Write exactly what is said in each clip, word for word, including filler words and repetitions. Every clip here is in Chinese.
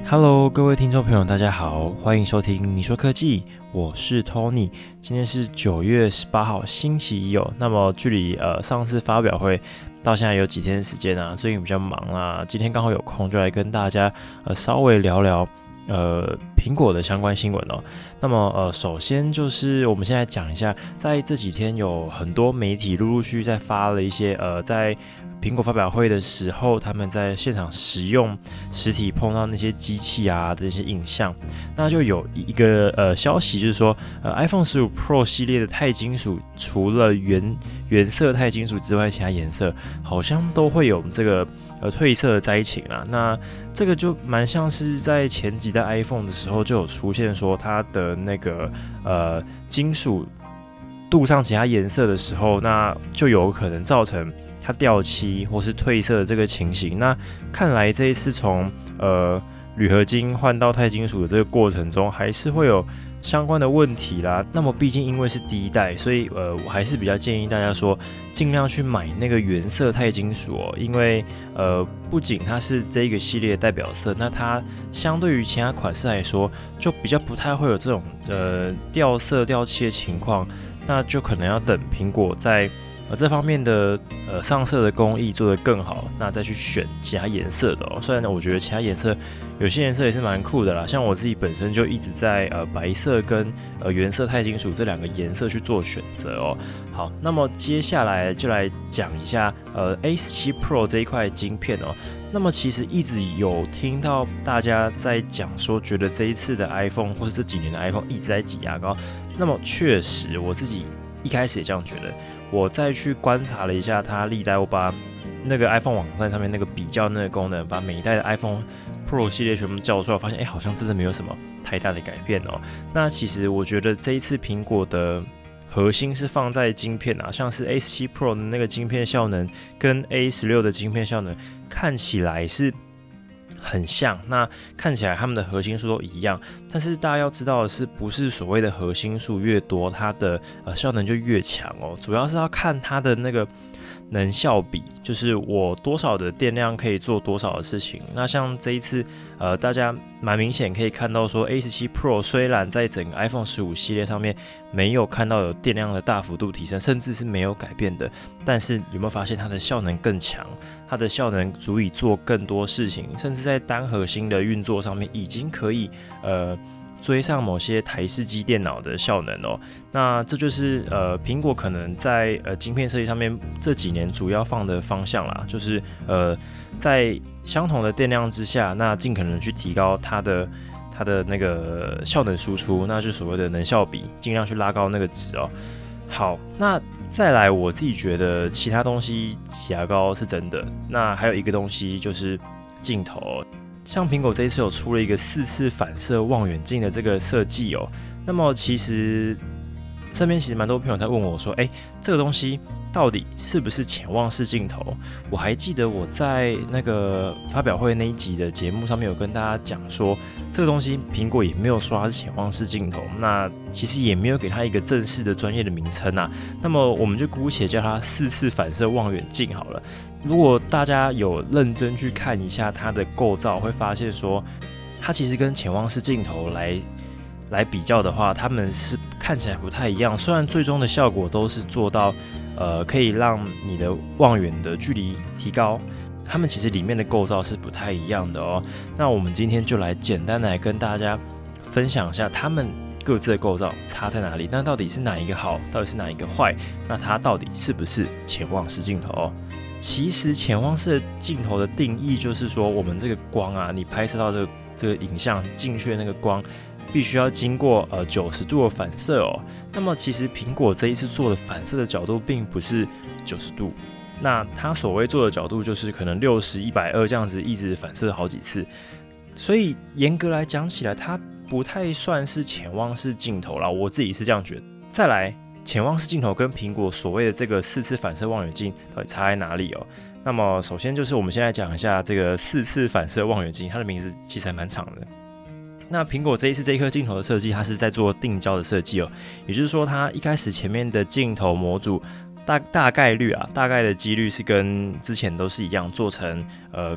Hello， 各位听众朋友，大家好，欢迎收听你说科技，我是 Tony。今天是九月十八号，星期一哦。那么距离呃上次发表会到现在有几天时间啊？最近比较忙啊，今天刚好有空，就来跟大家呃稍微聊聊呃苹果的相关新闻哦。那么呃，首先就是我们现在讲一下，在这几天有很多媒体陆陆续续在发了一些呃在苹果发表会的时候，他们在现场使用实体碰到那些机器啊的一些影像，那就有一个呃消息，就是说，呃 iPhone 十五 Pro 系列的钛金属，除了原原色钛金属之外，其他颜色好像都会有这个呃褪色的灾情啦。那这个就蛮像是在前几代 iPhone 的时候就有出现说它的那个呃金属镀上其他颜色的时候，那就有可能造成它掉漆或是褪色的这个情形。那看来这一次从呃铝合金换到钛金属的这个过程中，还是会有相关的问题啦。那么毕竟因为是第一代，所以呃我还是比较建议大家说，尽量去买那个原色钛金属哦，因为呃不仅它是这个系列的代表色，那它相对于其他款式来说，就比较不太会有这种呃掉色掉漆的情况，那就可能要等苹果在呃，这方面的呃上色的工艺做得更好，那再去选其他颜色的哦。虽然呢，我觉得其他颜色有些颜色也是蛮酷的啦，像我自己本身就一直在呃白色跟呃原色钛金属这两个颜色去做选择哦。好，那么接下来就来讲一下呃 A 十七 Pro 这一块晶片哦。那么其实一直有听到大家在讲说，觉得这一次的 iPhone 或是这几年的 iPhone 一直在挤牙膏。那么确实，我自己一开始也这样觉得。我再去观察了一下它历代，我把那个 iPhone 网站上面那个比较那个功能，把每一代的 iPhone Pro 系列全部叫出来，发现哎、欸，好像真的没有什么太大的改变哦。那其实我觉得这一次苹果的核心是放在晶片啊，像是 A 十七 Pro 的那个晶片效能跟 A 十六 的晶片效能看起来是很像，那看起来它们的核心数都一样，但是大家要知道的是，不是所谓的核心数越多，它的呃效能就越强哦，主要是要看它的那个能效比，就是我多少的电量可以做多少的事情。那像这一次，呃，大家蛮明显可以看到说 ，A 十七 Pro 虽然在整个 iPhone 十五系列上面没有看到有电量的大幅度提升，甚至是没有改变的，但是有没有发现它的效能更强？它的效能足以做更多事情，甚至在单核心的运作上面已经可以呃。追上某些台式机电脑的效能哦，那这就是呃苹果可能在呃晶片设计上面这几年主要放的方向啦，就是呃在相同的电量之下，那尽可能去提高它的它的那个效能输出，那就是所谓的能效比，尽量去拉高那个值哦。好，那再来我自己觉得其他东西挤牙膏是真的，那还有一个东西就是镜头哦。像苹果这一次有出了一个四次反射望远镜的这个设计哦，那么其实身边其实蛮多朋友在问我说，哎、欸，这个东西到底是不是潜望式镜头？我还记得我在那个发表会那一集的节目上面有跟大家讲说，这个东西苹果也没有说它是潜望式镜头，那其实也没有给它一个正式的专业的名称啊。那么我们就姑且叫它四次反射望远镜好了。如果大家有认真去看一下它的构造，会发现说，它其实跟潜望式镜头来来比较的话，它们是看起来不太一样。虽然最终的效果都是做到，呃，可以让你的望远的距离提高，它们其实里面的构造是不太一样的哦。那我们今天就来简单的来跟大家分享一下它们各自的构造差在哪里，那到底是哪一个好，到底是哪一个坏？那它到底是不是潜望式镜头哦？其实潜望式镜头的定义就是说，我们这个光啊，你拍摄到这个这个影像进去的那个光，必须要经过呃九十度的反射哦。那么其实苹果这一次做的反射的角度并不是九十度，那它所谓做的角度就是可能六十、一百二十这样子一直反射好几次，所以严格来讲起来，它不太算是潜望式镜头啦，我自己是这样觉得。再来。潜望式镜头跟苹果所谓的这个四次反射望远镜到底差在哪里哦？那么首先就是我们先来讲一下这个四次反射望远镜，它的名字其实还蛮长的。那苹果这一次这一颗镜头的设计，它是在做定焦的设计哦，也就是说它一开始前面的镜头模组大大概率啊，大概的几率是跟之前都是一样，做成呃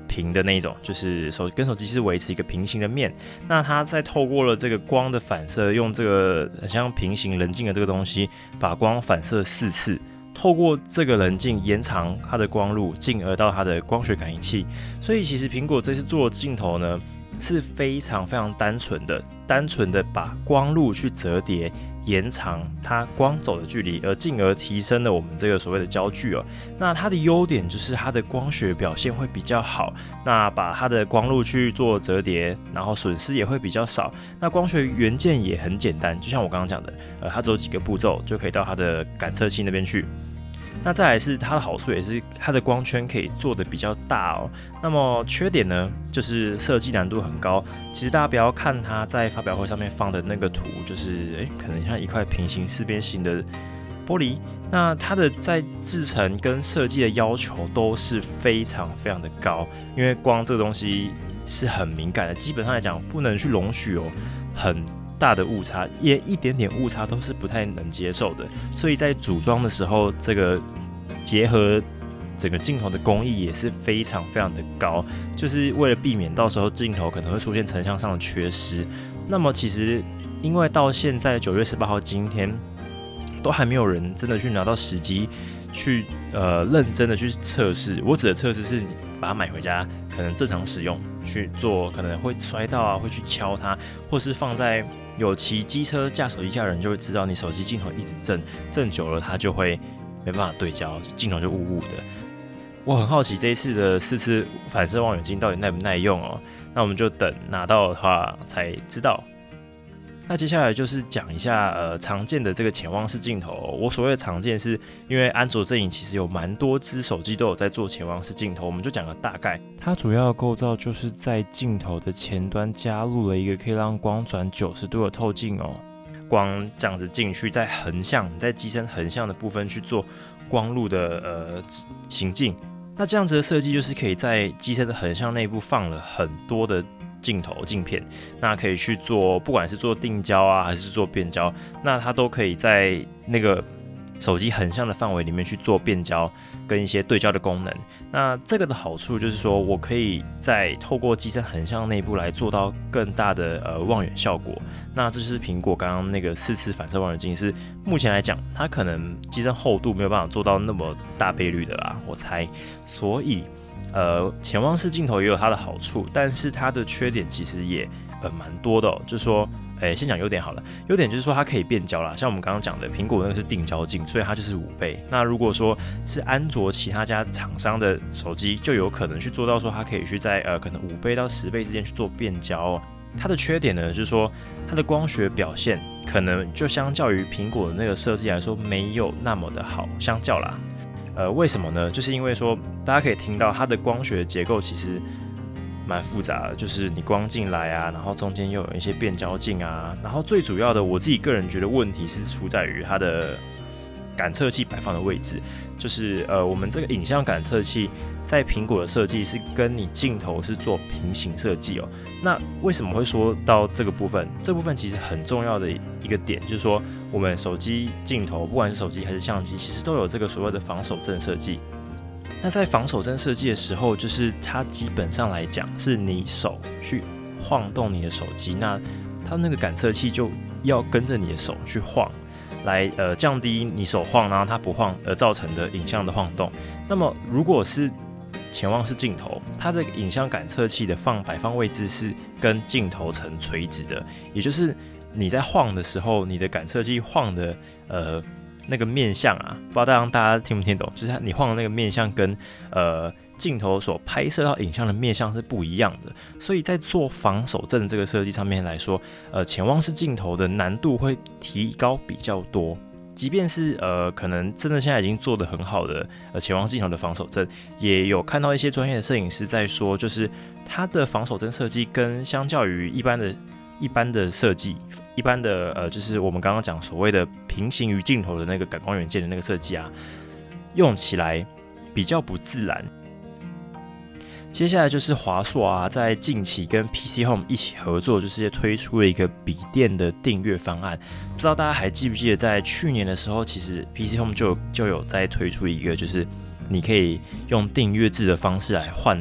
平的那种，就是手跟手机是维持一个平行的面。那它在透过了这个光的反射，用这个很像平行棱镜的这个东西，把光反射四次。透过这个棱镜延长它的光路，进而到它的光学感应器。所以其实苹果这次做的镜头呢是非常非常单纯的，单纯的把光路去折叠，延长它光走的距离，而进而提升了我们这个所谓的焦距哦。那它的优点就是它的光学表现会比较好，那把它的光路去做折叠，然后损失也会比较少。那光学元件也很简单，就像我刚刚讲的，呃，它只有几个步骤就可以到它的感测器那边去。那再来是它的好处，也是它的光圈可以做的比较大哦。那么缺点呢，就是设计难度很高。其实大家不要看它在发表会上面放的那个图，就是诶，可能像一块平行四边形的玻璃。那它的在制程跟设计的要求都是非常非常的高，因为光这个东西是很敏感的，基本上来讲不能去容许哦很大的误差，也一点点误差都是不太能接受的，所以在组装的时候，这个结合整个镜头的工艺也是非常非常的高，就是为了避免到时候镜头可能会出现成像上的缺失。那么其实因为到现在九月十八号今天，都还没有人真的去拿到时机去呃认真的去测试。我指的测试是你把它买回家，可能正常使用去做，可能会摔到啊，会去敲它，或是放在有骑机车架手机架的人就会知道，你手机镜头一直震，震久了它就会没办法对焦，镜头就雾雾的。我很好奇这一次的四次反射望远镜到底耐不耐用哦？那我们就等拿到的话才知道。那接下来就是讲一下呃常见的这个潜望式镜头哦。我所谓的常见是因为安卓阵营其实有蛮多支手机都有在做潜望式镜头，我们就讲个大概。它主要的构造就是在镜头的前端加入了一个可以让光转九十度的透镜哦。光这样子进去，在横向，在机身横向的部分去做光路的呃行进。那这样子的设计就是可以在机身的横向内部放了很多的镜头镜片，那可以去做，不管是做定焦啊，还是做变焦，那它都可以在那个手机横向的范围里面去做变焦跟一些对焦的功能。那这个的好处就是说，我可以在透过机身横向内部来做到更大的呃望远效果。那这就是苹果刚刚那个四次反射望远镜，是目前来讲，它可能机身厚度没有办法做到那么大倍率的啦，我猜。所以呃，潜望式镜头也有它的好处，但是它的缺点其实也呃蛮多的哦。就是说，哎、欸，先讲优点好了。优点就是说它可以变焦啦，像我们刚刚讲的，苹果那个是定焦镜，所以它就是五倍。那如果说是安卓其他家厂商的手机，就有可能去做到说它可以去在呃可能五倍到十倍之间去做变焦哦。它的缺点呢，就是说它的光学表现可能就相较于苹果的那个设计来说，没有那么的好，相较啦。呃，为什么呢？就是因为说，大家可以听到它的光学结构其实蛮复杂的，就是你光进来啊，然后中间又有一些变焦镜啊，然后最主要的，我自己个人觉得问题是出在于它的感测器摆放的位置，就是呃，我们这个影像感测器在苹果的设计是跟你镜头是做平行设计哦。那为什么会说到这个部分？这部分其实很重要的一个点，就是说我们手机镜头，不管是手机还是相机，其实都有这个所谓的防手震设计。那在防手震设计的时候，就是它基本上来讲，是你手去晃动你的手机，那它那个感测器就要跟着你的手去晃。来呃降低你手晃，然后它不晃而造成的影像的晃动。那么如果是潜望式镜头，它的影像感测器的放摆放位置是跟镜头呈垂直的，也就是你在晃的时候，你的感测器晃的呃那个面向啊，不知道大家大家听不听懂？就是你晃的那个面向跟呃镜头所拍摄到影像的面向是不一样的，所以在做防手震这个设计上面来说，呃，潜望式镜头的难度会提高比较多。即便是呃，可能真的现在已经做得很好的呃潜望镜头的防手震，也有看到一些专业的摄影师在说，就是它的防手震设计跟相较于一般的、一般的设计、一般的呃，就是我们刚刚讲所谓的平行于镜头的那个感光元件的那个设计啊，用起来比较不自然。接下来就是华硕啊，在近期跟 P C Home 一起合作，就是推出了一个笔电的订阅方案。不知道大家还记不记得，在去年的时候，其实 P C Home 就就有在推出一个，就是你可以用订阅制的方式来换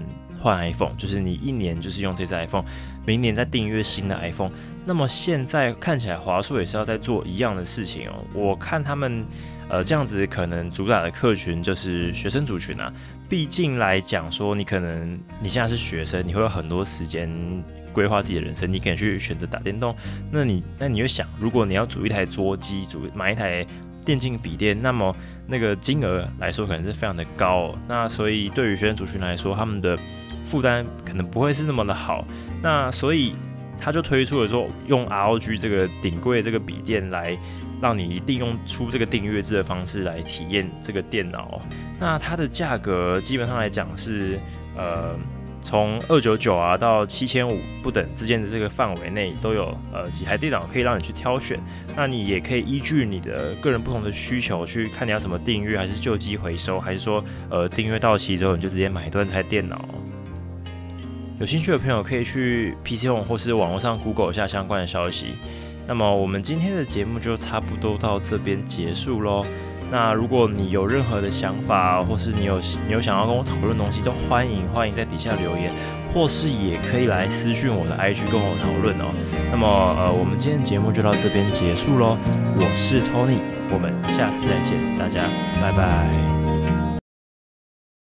换 iPhone， 就是你一年就是用这支 iPhone， 明年再订阅新的 iPhone。那么现在看起来华硕也是要在做一样的事情哦。我看他们呃这样子可能主打的客群就是学生族群啊。毕竟来讲说，你可能你现在是学生，你会有很多时间规划自己的人生，你可以去选择打电动。那你那你就想，如果你要组一台桌机，组买一台电竞笔电，那么那个金额来说可能是非常的高哦。那所以对于学生族群来说，他们的负担可能不会是那么的好。那所以他就推出了说，用 R O G 这个顶贵的这个笔电来让你利用出这个订阅制的方式来体验这个电脑。那它的价格基本上来讲是呃。从二九九啊到七千五不等之间的这个范围内，都有呃几台电脑可以让你去挑选。那你也可以依据你的个人不同的需求去看你要怎么订阅，还是旧机回收，还是说呃订阅到期之后你就直接买断这台电脑。有兴趣的朋友可以去 P C Home 或是网络上 Google 一下相关的消息。那么我们今天的节目就差不多到这边结束咯。那如果你有任何的想法，或是你有你有想要跟我讨论的东西，都欢迎欢迎在底下留言，或是也可以来私讯我的 I G 跟我讨论哦。那么呃，我们今天的节目就到这边结束咯。我是 Tony， 我们下次再见，大家拜拜。